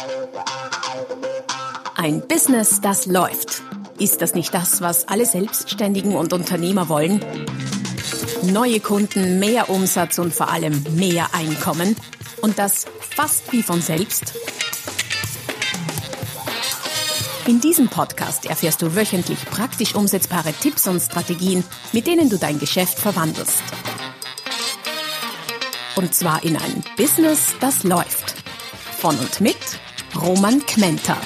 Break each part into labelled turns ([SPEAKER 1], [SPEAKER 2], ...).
[SPEAKER 1] Ein Business, das läuft. Ist das nicht das, was alle Selbstständigen und Unternehmer wollen? Neue Kunden, mehr Umsatz und vor allem mehr Einkommen. Und das fast wie von selbst? In diesem Podcast erfährst du wöchentlich praktisch umsetzbare Tipps und Strategien, mit denen du dein Geschäft verwandelst. Und zwar in ein Business, das läuft. Von und mit Roman Kmenter.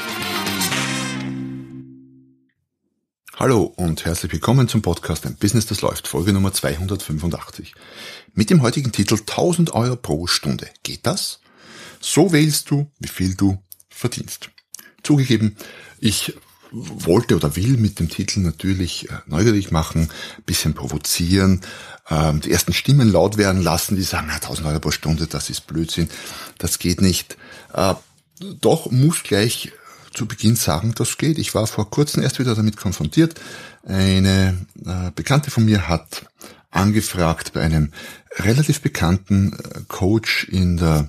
[SPEAKER 2] Hallo und herzlich willkommen zum Podcast Ein Business, das läuft, Folge Nummer 285. Mit dem heutigen Titel 1000 Euro pro Stunde. Geht das? So wählst du, wie viel du verdienst. Zugegeben, ich wollte oder will mit dem Titel natürlich neugierig machen, ein bisschen provozieren, die ersten Stimmen laut werden lassen, die sagen, 1000 Euro pro Stunde, das ist Blödsinn, das geht nicht. Doch muss gleich zu Beginn sagen, das geht. Ich war vor kurzem erst wieder damit konfrontiert. Eine Bekannte von mir hat angefragt bei einem relativ bekannten Coach in der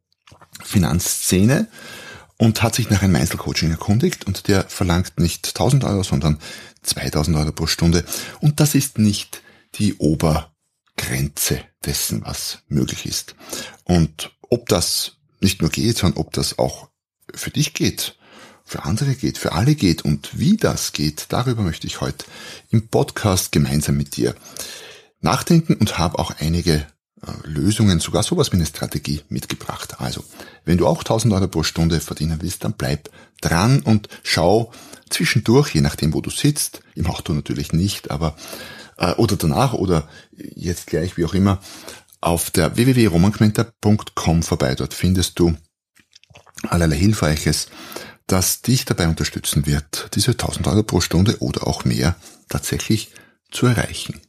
[SPEAKER 2] Finanzszene und hat sich nach einem Einzelcoaching erkundigt, und der verlangt nicht 1000 Euro, sondern 2000 Euro pro Stunde. Und das ist nicht die Obergrenze dessen, was möglich ist. Und ob das nicht nur geht, sondern ob das auch für dich geht, für andere geht, für alle geht und wie das geht, darüber möchte ich heute im Podcast gemeinsam mit dir nachdenken und habe auch einige Lösungen, sogar sowas wie eine Strategie mitgebracht. Also, wenn du auch 1000 Euro pro Stunde verdienen willst, dann bleib dran und schau zwischendurch, je nachdem wo du sitzt, im Auto natürlich nicht, aber oder danach oder jetzt gleich, wie auch immer, auf der www.romankmenter.com vorbei. Dort findest du allerlei Hilfreiches, das dich dabei unterstützen wird, diese 1000 Euro pro Stunde oder auch mehr tatsächlich zu erreichen.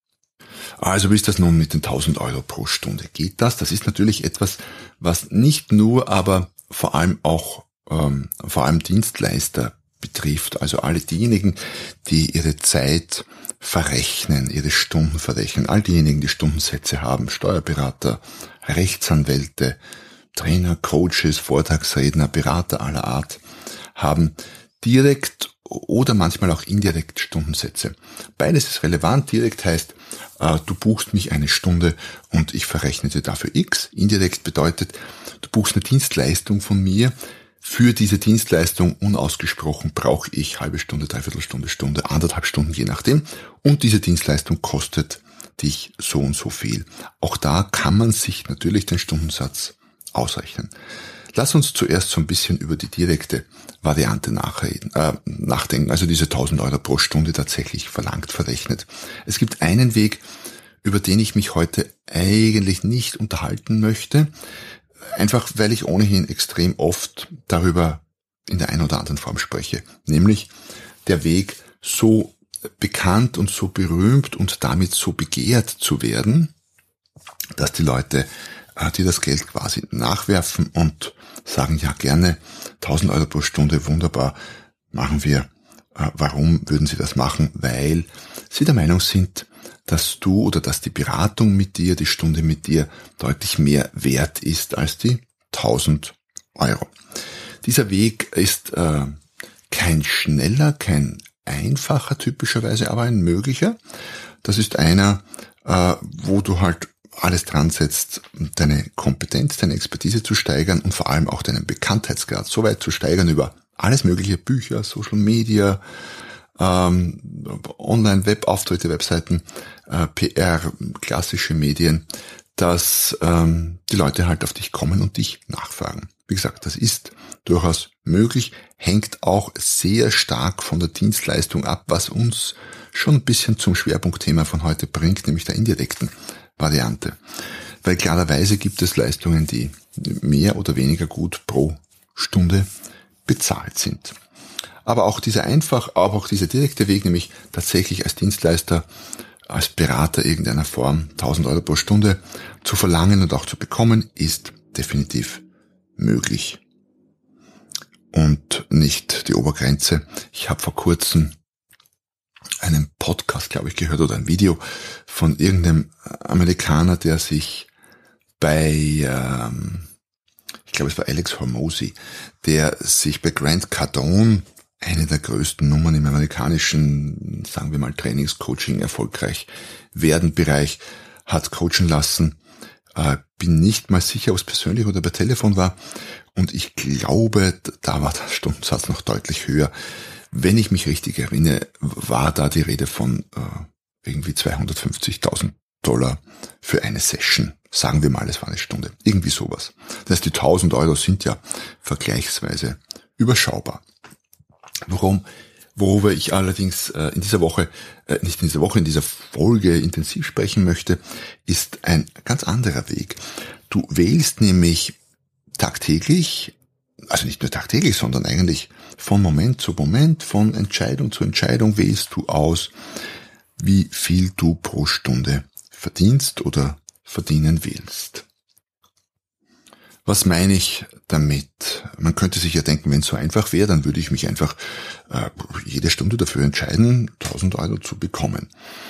[SPEAKER 2] Also wie ist das nun mit den 1000 Euro pro Stunde? Geht das? Das ist natürlich etwas, was nicht nur, aber vor allem auch vor allem Dienstleister betrifft. Also alle diejenigen, die ihre Zeit verrechnen, ihre Stunden verrechnen. All diejenigen, die Stundensätze haben, Steuerberater, Rechtsanwälte, Trainer, Coaches, Vortragsredner, Berater aller Art, haben direkt oder manchmal auch indirekt Stundensätze. Beides ist relevant. Direkt heißt, du buchst mich eine Stunde und ich verrechne dir dafür X. Indirekt bedeutet, du buchst eine Dienstleistung von mir. Für diese Dienstleistung unausgesprochen brauche ich halbe Stunde, dreiviertel Stunde, Stunde, 1,5 Stunden, je nachdem. Und diese Dienstleistung kostet dich so und so viel. Auch da kann man sich natürlich den Stundensatz ausrechnen. Lass uns zuerst so ein bisschen über die direkte Variante nachdenken, also diese 1000 Euro pro Stunde tatsächlich verlangt, verrechnet. Es gibt einen Weg, über den ich mich heute eigentlich nicht unterhalten möchte, einfach weil ich ohnehin extrem oft darüber in der einen oder anderen Form spreche, nämlich der Weg, so bekannt und so berühmt und damit so begehrt zu werden, dass die Leute die das Geld quasi nachwerfen und sagen, ja gerne, 1000 Euro pro Stunde, wunderbar, machen wir. Warum würden sie das machen? Weil sie der Meinung sind, dass du oder dass die Beratung mit dir, die Stunde mit dir deutlich mehr wert ist als die 1000 Euro. Dieser Weg ist kein schneller, kein einfacher typischerweise, aber ein möglicher. Das ist einer, wo du halt alles dran setzt, deine Kompetenz, deine Expertise zu steigern und vor allem auch deinen Bekanntheitsgrad so weit zu steigern über alles mögliche, Bücher, Social Media, Online-Web-Auftritte, Webseiten, PR, klassische Medien, dass die Leute halt auf dich kommen und dich nachfragen. Wie gesagt, das ist durchaus möglich, hängt auch sehr stark von der Dienstleistung ab, was uns schon ein bisschen zum Schwerpunktthema von heute bringt, nämlich der indirekten Variante. Weil klarerweise gibt es Leistungen, die mehr oder weniger gut pro Stunde bezahlt sind. Aber auch dieser auch dieser direkte Weg, nämlich tatsächlich als Dienstleister, als Berater irgendeiner Form 1000 Euro pro Stunde zu verlangen und auch zu bekommen, ist definitiv möglich. Und nicht die Obergrenze. Ich habe vor kurzem einen Podcast, glaube ich, gehört oder ein Video von irgendeinem Amerikaner, der sich bei, ich glaube es war Alex Hormozy, der sich bei Grant Cardone, eine der größten Nummern im amerikanischen, sagen wir mal, Trainingscoaching erfolgreich werden Bereich, hat coachen lassen. Bin nicht mal sicher, ob es persönlich oder per Telefon war. Und ich glaube, da war der Stundensatz noch deutlich höher. Wenn ich mich richtig erinnere, war da die Rede von irgendwie $250.000 für eine Session. Sagen wir mal, es war eine Stunde. Irgendwie sowas. Das heißt, die 1.000 Euro sind ja vergleichsweise überschaubar. Worüber ich allerdings in dieser Folge intensiv sprechen möchte, ist ein ganz anderer Weg. Du wählst nämlich tagtäglich, also nicht nur tagtäglich, sondern eigentlich von Moment zu Moment, von Entscheidung zu Entscheidung wählst du aus, wie viel du pro Stunde verdienst oder verdienen willst. Was meine ich damit? Man könnte sich ja denken, wenn es so einfach wäre, dann würde ich mich einfach jede Stunde dafür entscheiden, 1.000 Euro zu bekommen.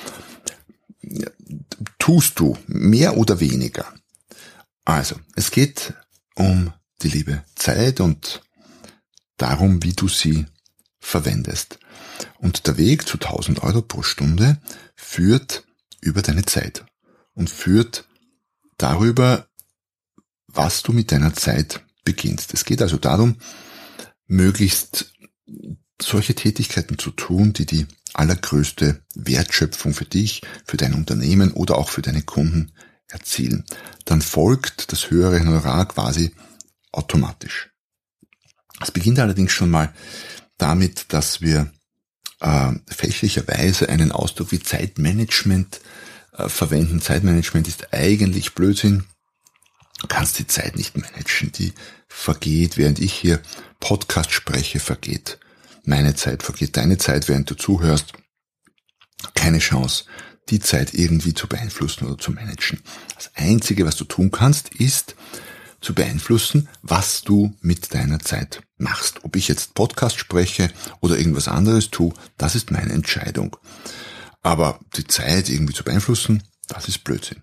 [SPEAKER 2] Tust du mehr oder weniger? Also, es geht um die liebe Zeit und darum, wie du sie verwendest. Und der Weg zu 1.000 Euro pro Stunde führt über deine Zeit und führt darüber, was du mit deiner Zeit beginnst. Es geht also darum, möglichst solche Tätigkeiten zu tun, die die allergrößte Wertschöpfung für dich, für dein Unternehmen oder auch für deine Kunden erzielen. Dann folgt das höhere Honorar quasi automatisch. Es beginnt allerdings schon mal damit, dass wir fälschlicherweise einen Ausdruck wie Zeitmanagement verwenden. Zeitmanagement ist eigentlich Blödsinn. Du kannst die Zeit nicht managen, die vergeht, während ich hier Podcast spreche, vergeht meine Zeit, vergeht deine Zeit, während du zuhörst. Keine Chance, die Zeit irgendwie zu beeinflussen oder zu managen. Das Einzige, was du tun kannst, ist zu beeinflussen, was du mit deiner Zeit machst. Ob ich jetzt Podcast spreche oder irgendwas anderes tue, das ist meine Entscheidung. Aber die Zeit irgendwie zu beeinflussen, das ist Blödsinn.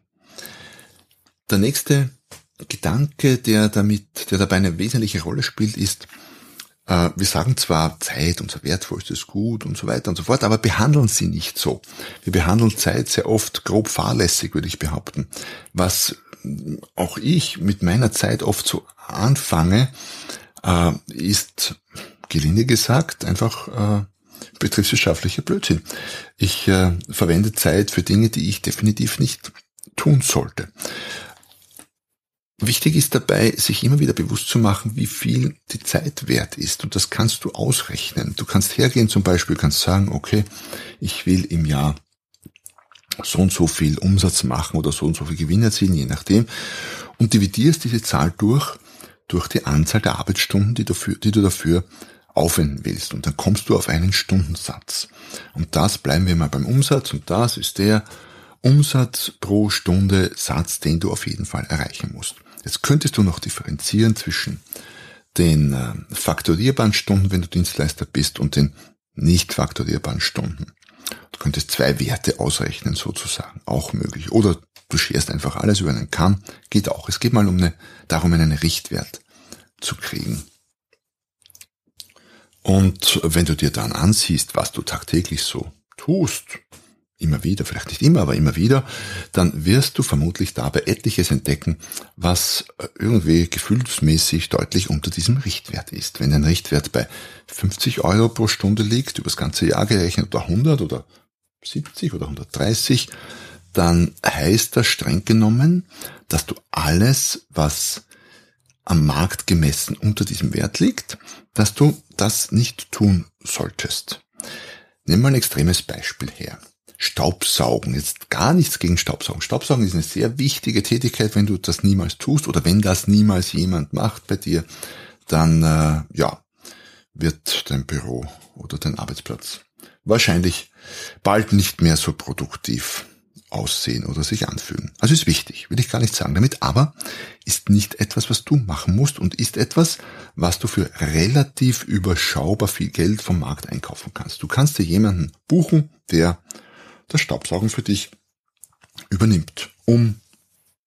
[SPEAKER 2] Der nächste Gedanke, der dabei eine wesentliche Rolle spielt, ist, wir sagen zwar, Zeit, unser wertvollstes Gut und so weiter und so fort, aber behandeln sie nicht so. Wir behandeln Zeit sehr oft grob fahrlässig, würde ich behaupten. Was auch ich mit meiner Zeit oft so anfange, ist, gelinde gesagt, einfach betriebswirtschaftlicher Blödsinn. Ich verwende Zeit für Dinge, die ich definitiv nicht tun sollte. Wichtig ist dabei, sich immer wieder bewusst zu machen, wie viel die Zeit wert ist. Und das kannst du ausrechnen. Du kannst hergehen zum Beispiel, kannst sagen, okay, ich will im Jahr so und so viel Umsatz machen oder so und so viel Gewinn erzielen, je nachdem. Und dividierst diese Zahl durch die Anzahl der Arbeitsstunden, die du dafür aufwenden willst. Und dann kommst du auf einen Stundensatz. Und das, bleiben wir mal beim Umsatz, und das ist der Umsatz pro Stunde Satz, den du auf jeden Fall erreichen musst. Jetzt könntest du noch differenzieren zwischen den fakturierbaren Stunden, wenn du Dienstleister bist, und den nicht fakturierbaren Stunden. Du könntest zwei Werte ausrechnen, sozusagen, auch möglich. Oder du scherst einfach alles über einen Kamm, geht auch. Es geht mal darum, einen Richtwert zu kriegen. Und wenn du dir dann ansiehst, was du tagtäglich so tust, immer wieder, vielleicht nicht immer, aber immer wieder, dann wirst du vermutlich dabei etliches entdecken, was irgendwie gefühlsmäßig deutlich unter diesem Richtwert ist. Wenn ein Richtwert bei 50 Euro pro Stunde liegt, über das ganze Jahr gerechnet, oder 100 oder 70 oder 130, dann heißt das streng genommen, dass du alles, was am Markt gemessen unter diesem Wert liegt, dass du das nicht tun solltest. Nimm mal ein extremes Beispiel her. Staubsaugen. Jetzt gar nichts gegen Staubsaugen. Staubsaugen ist eine sehr wichtige Tätigkeit. Wenn du das niemals tust oder wenn das niemals jemand macht bei dir, dann wird dein Büro oder dein Arbeitsplatz wahrscheinlich bald nicht mehr so produktiv aussehen oder sich anfühlen. Also ist wichtig, will ich gar nicht sagen damit, aber ist nicht etwas, was du machen musst, und ist etwas, was du für relativ überschaubar viel Geld vom Markt einkaufen kannst. Du kannst dir jemanden buchen, der das Staubsaugen für dich übernimmt, um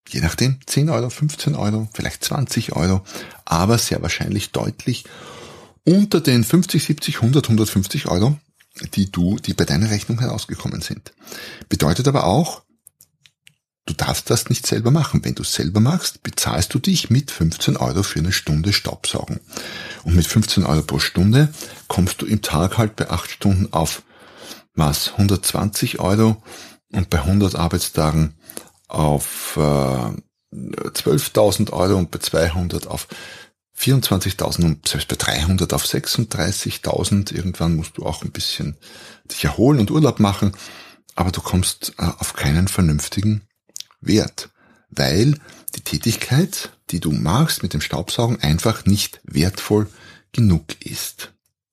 [SPEAKER 2] Je nachdem, 10 Euro, 15 Euro, vielleicht 20 Euro, aber sehr wahrscheinlich deutlich unter den 50, 70, 100, 150 Euro, die bei deiner Rechnung herausgekommen sind. Bedeutet aber auch, du darfst das nicht selber machen. Wenn du es selber machst, bezahlst du dich mit 15 Euro für eine Stunde Staubsaugen. Und mit 15 Euro pro Stunde kommst du im Tag halt bei 8 Stunden auf 120 Euro und bei 100 Arbeitstagen auf 12.000 Euro und bei 200 auf 24.000 und selbst bei 300 auf 36.000. Irgendwann musst du auch ein bisschen dich erholen und Urlaub machen, aber du kommst auf keinen vernünftigen Wert, weil die Tätigkeit, die du machst mit dem Staubsaugen, einfach nicht wertvoll genug ist.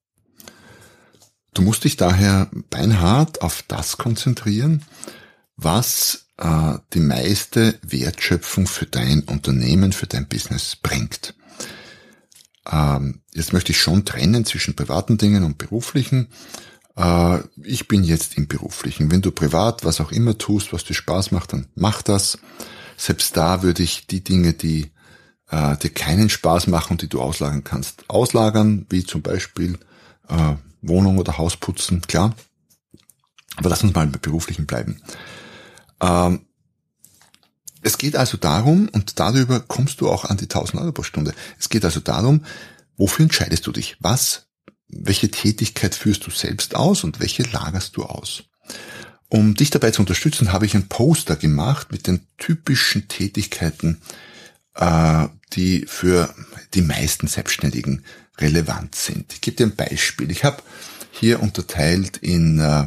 [SPEAKER 2] Du musst dich daher beinhart auf das konzentrieren, was die meiste Wertschöpfung für dein Unternehmen, für dein Business bringt. Jetzt möchte ich schon trennen zwischen privaten Dingen und beruflichen. Ich bin jetzt im Beruflichen. Wenn du privat was auch immer tust, was dir Spaß macht, dann mach das. Selbst da würde ich die Dinge, die dir keinen Spaß machen und die du auslagern kannst, auslagern, wie zum Beispiel Wohnung oder Haus putzen, klar. Aber lass uns mal bei Beruflichen bleiben. Es geht also darum, und darüber kommst du auch an die 1.000 Euro pro Stunde. Es geht also darum, wofür entscheidest du dich? Welche Tätigkeit führst du selbst aus und welche lagerst du aus? Um dich dabei zu unterstützen, habe ich ein Poster gemacht mit den typischen Tätigkeiten, die für die meisten Selbstständigen relevant sind. Ich gebe dir ein Beispiel. Ich habe hier unterteilt in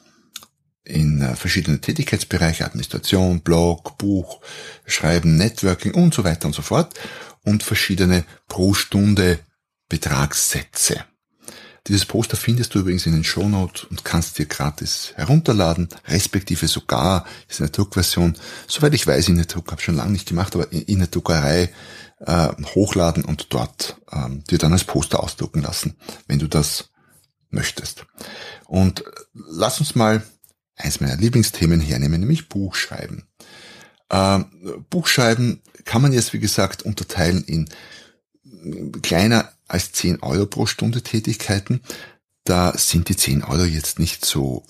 [SPEAKER 2] verschiedene Tätigkeitsbereiche, Administration, Blog, Buch, Schreiben, Networking und so weiter und so fort und verschiedene pro Stunde Betragssätze. Dieses Poster findest du übrigens in den Shownotes und kannst dir gratis herunterladen, respektive sogar, ist eine Druckversion, soweit ich weiß, in der Druck, habe ich schon lange nicht gemacht, aber in der Druckerei hochladen und dort dir dann als Poster ausdrucken lassen, wenn du das möchtest. Und lass uns mal eins meiner Lieblingsthemen hernehmen, nämlich Buchschreiben. Buchschreiben kann man jetzt, wie gesagt, unterteilen in kleiner als 10 Euro pro Stunde Tätigkeiten. Da sind die 10 Euro jetzt nicht so,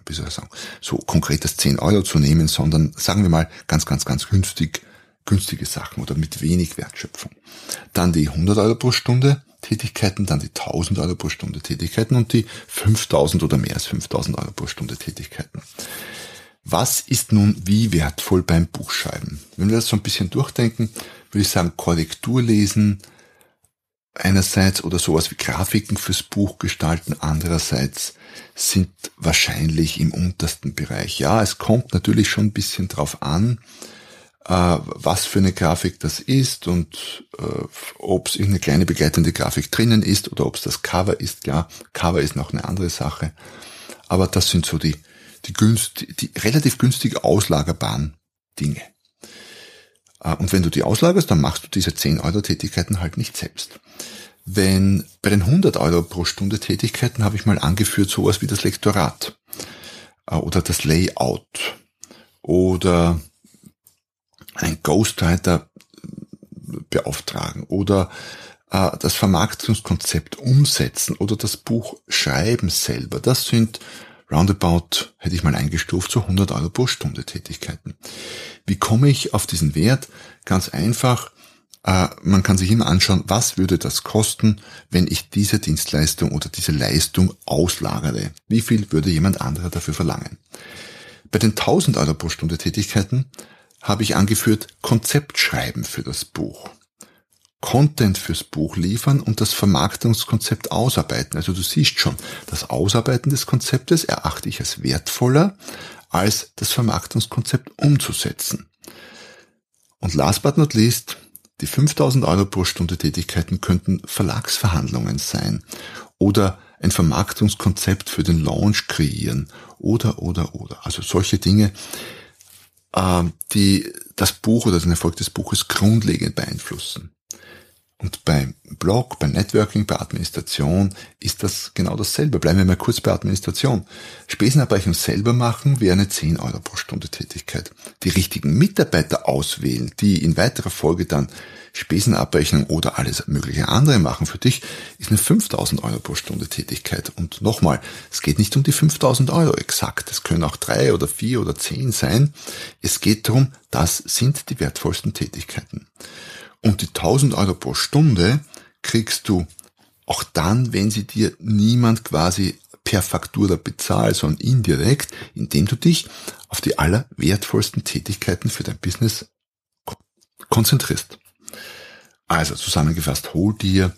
[SPEAKER 2] so konkret als 10 Euro zu nehmen, sondern sagen wir mal ganz günstige Sachen oder mit wenig Wertschöpfung. Dann die 100 Euro pro Stunde Tätigkeiten, dann die 1.000 Euro pro Stunde Tätigkeiten und die 5.000 oder mehr als 5.000 Euro pro Stunde Tätigkeiten. Was ist nun wie wertvoll beim Buchschreiben? Wenn wir das so ein bisschen durchdenken, würde ich sagen, Korrektur lesen einerseits oder sowas wie Grafiken fürs Buch gestalten andererseits sind wahrscheinlich im untersten Bereich. Ja, es kommt natürlich schon ein bisschen drauf an, was für eine Grafik das ist und ob es irgendeine kleine begleitende Grafik drinnen ist oder ob es das Cover ist. Klar, Cover ist noch eine andere Sache. Aber das sind so die relativ günstig auslagerbaren Dinge. Und wenn du die auslagerst, dann machst du diese 10 Euro Tätigkeiten halt nicht selbst. Wenn bei den 100 Euro pro Stunde Tätigkeiten habe ich mal angeführt sowas wie das Lektorat oder das Layout oder einen Ghostwriter beauftragen oder das Vermarktungskonzept umsetzen oder das Buch schreiben selber. Das sind roundabout, hätte ich mal eingestuft, so 100 Euro pro Stunde Tätigkeiten. Wie komme ich auf diesen Wert? Ganz einfach, man kann sich immer anschauen, was würde das kosten, wenn ich diese Dienstleistung oder diese Leistung auslagere? Wie viel würde jemand anderer dafür verlangen? Bei den 1.000 Euro pro Stunde Tätigkeiten habe ich angeführt, Konzept schreiben für das Buch, Content fürs Buch liefern und das Vermarktungskonzept ausarbeiten. Also du siehst schon, das Ausarbeiten des Konzeptes erachte ich als wertvoller, als das Vermarktungskonzept umzusetzen. Und last but not least, die 5.000 Euro pro Stunde Tätigkeiten könnten Verlagsverhandlungen sein oder ein Vermarktungskonzept für den Launch kreieren oder. Also solche Dinge, die das Buch oder den Erfolg des Buches grundlegend beeinflussen. Und beim Blog, beim Networking, bei Administration ist das genau dasselbe. Bleiben wir mal kurz bei Administration. Spesenabrechnung selber machen wäre eine 10 Euro pro Stunde Tätigkeit. Die richtigen Mitarbeiter auswählen, die in weiterer Folge dann Spesenabrechnung oder alles mögliche andere machen für dich, ist eine 5.000 Euro pro Stunde Tätigkeit. Und nochmal, es geht nicht um die 5.000 Euro exakt. Es können auch 3 oder 4 oder 10 sein. Es geht darum, das sind die wertvollsten Tätigkeiten. Und die 1.000 Euro pro Stunde kriegst du auch dann, wenn sie dir niemand quasi per Faktura bezahlt, sondern indirekt, indem du dich auf die allerwertvollsten Tätigkeiten für dein Business konzentrierst. Also zusammengefasst, hol dir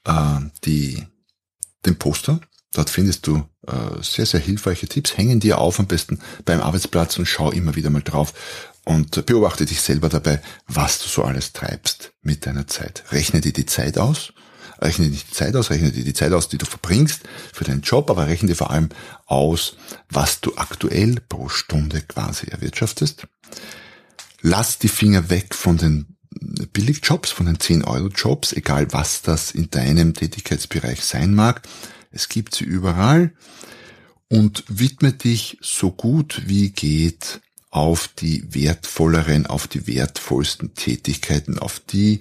[SPEAKER 2] den Poster. Dort findest du sehr, sehr hilfreiche Tipps. Hängen dir auf am besten beim Arbeitsplatz und schau immer wieder mal drauf. Und beobachte dich selber dabei, was du so alles treibst mit deiner Zeit. Rechne dir die Zeit aus. Rechne dir die Zeit aus, die du verbringst für deinen Job, aber rechne dir vor allem aus, was du aktuell pro Stunde quasi erwirtschaftest. Lass die Finger weg von den Billigjobs, von den 10-Euro-Jobs, egal was das in deinem Tätigkeitsbereich sein mag. Es gibt sie überall. Und widme dich so gut wie geht auf die wertvolleren, auf die wertvollsten Tätigkeiten, auf die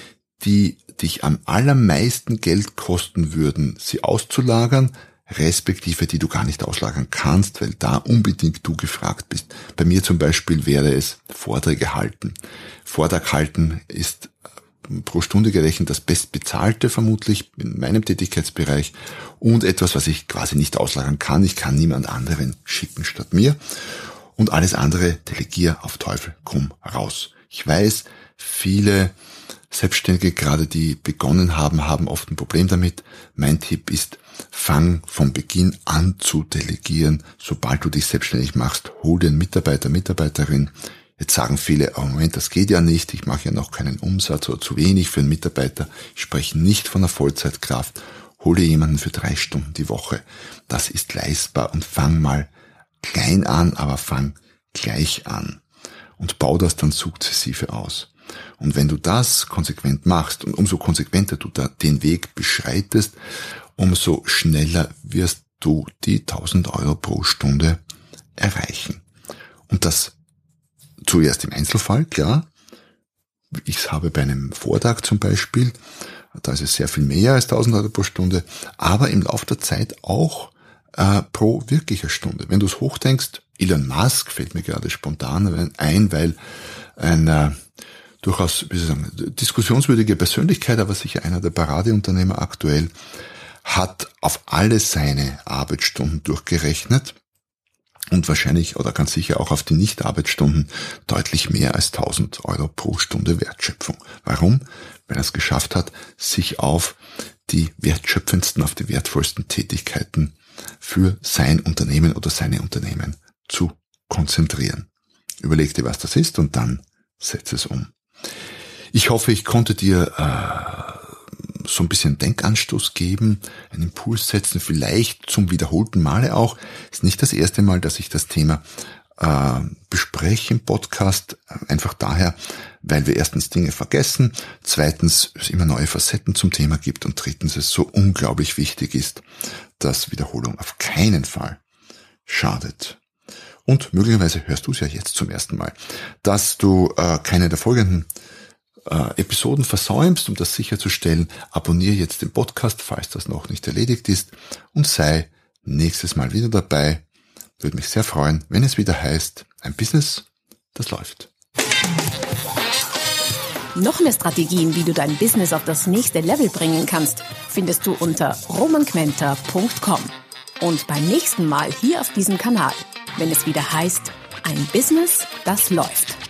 [SPEAKER 2] dich am allermeisten Geld kosten würden, sie auszulagern, respektive die du gar nicht auslagern kannst, weil da unbedingt du gefragt bist. Bei mir zum Beispiel wäre es Vorträge halten. Vortrag halten ist pro Stunde gerechnet das bestbezahlte vermutlich in meinem Tätigkeitsbereich und etwas, was ich quasi nicht auslagern kann. Ich kann niemand anderen schicken statt mir. Und alles andere delegiere auf Teufel komm raus. Ich weiß, viele Selbstständige, gerade die begonnen haben, haben oft ein Problem damit. Mein Tipp ist, fang von Beginn an zu delegieren. Sobald du dich selbstständig machst, hol dir einen Mitarbeiter, Mitarbeiterin. Jetzt sagen viele, oh Moment, das geht ja nicht, ich mache ja noch keinen Umsatz oder zu wenig für einen Mitarbeiter. Ich spreche nicht von einer Vollzeitkraft. Hol dir jemanden für 3 Stunden die Woche. Das ist leistbar und fang mal klein an, aber fang gleich an und bau das dann sukzessive aus. Und wenn du das konsequent machst und umso konsequenter du da den Weg beschreitest, umso schneller wirst du die 1.000 Euro pro Stunde erreichen. Und das zuerst im Einzelfall, klar. Ich habe bei einem Vortrag zum Beispiel, da ist es sehr viel mehr als 1.000 Euro pro Stunde, aber im Laufe der Zeit auch pro wirklicher Stunde. Wenn du es hochdenkst, Elon Musk fällt mir gerade spontan ein, weil ein durchaus, wie soll ich sagen, diskussionswürdige Persönlichkeit, aber sicher einer der Paradeunternehmer aktuell, hat auf alle seine Arbeitsstunden durchgerechnet und wahrscheinlich oder ganz sicher auch auf die Nicht-Arbeitsstunden deutlich mehr als 1.000 Euro pro Stunde Wertschöpfung. Warum? Weil er es geschafft hat, sich auf die wertschöpfendsten, auf die wertvollsten Tätigkeiten für sein Unternehmen oder seine Unternehmen zu konzentrieren. Überleg dir, was das ist und dann setz es um. Ich hoffe, ich konnte dir so ein bisschen Denkanstoß geben, einen Impuls setzen, vielleicht zum wiederholten Male auch. Ist nicht das erste Mal, dass ich das Thema bespreche im Podcast, einfach daher, weil wir erstens Dinge vergessen, zweitens es immer neue Facetten zum Thema gibt und drittens es so unglaublich wichtig ist, dass Wiederholung auf keinen Fall schadet. Und möglicherweise hörst du es ja jetzt zum ersten Mal, dass du keine der folgenden Episoden versäumst, um das sicherzustellen. Abonniere jetzt den Podcast, falls das noch nicht erledigt ist, und sei nächstes Mal wieder dabei. Würde mich sehr freuen, wenn es wieder heißt, ein Business, das läuft.
[SPEAKER 1] Noch mehr Strategien, wie du dein Business auf das nächste Level bringen kannst, findest du unter romanquenter.com. Und beim nächsten Mal hier auf diesem Kanal, wenn es wieder heißt, ein Business, das läuft.